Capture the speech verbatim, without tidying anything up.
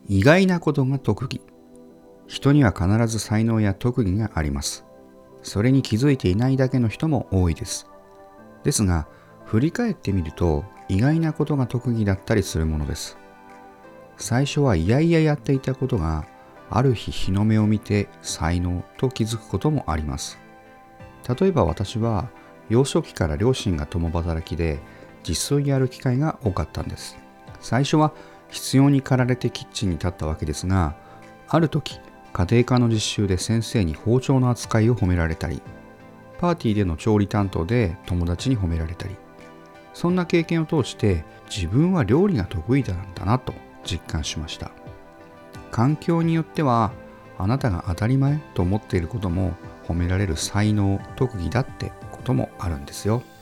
意外なことが特技。人には必ず才能や特技があります。それに気づいていないだけの人も多いです。ですが、振り返ってみると意外なことが特技だったりするものです。最初はいやいややっていたことが、ある日日の目を見て才能と気づくこともあります。例えば私は幼少期から両親が共働きで自炊やる機会が多かったんです。最初は必要に駆られてキッチンに立ったわけですが、ある時家庭科の実習で先生に包丁の扱いを褒められたり、パーティーでの調理担当で友達に褒められたり、そんな経験を通して自分は料理が得意なんだなと実感しました。環境によってはあなたが当たり前と思っていることも褒められる才能、特技だってこともあるんですよ。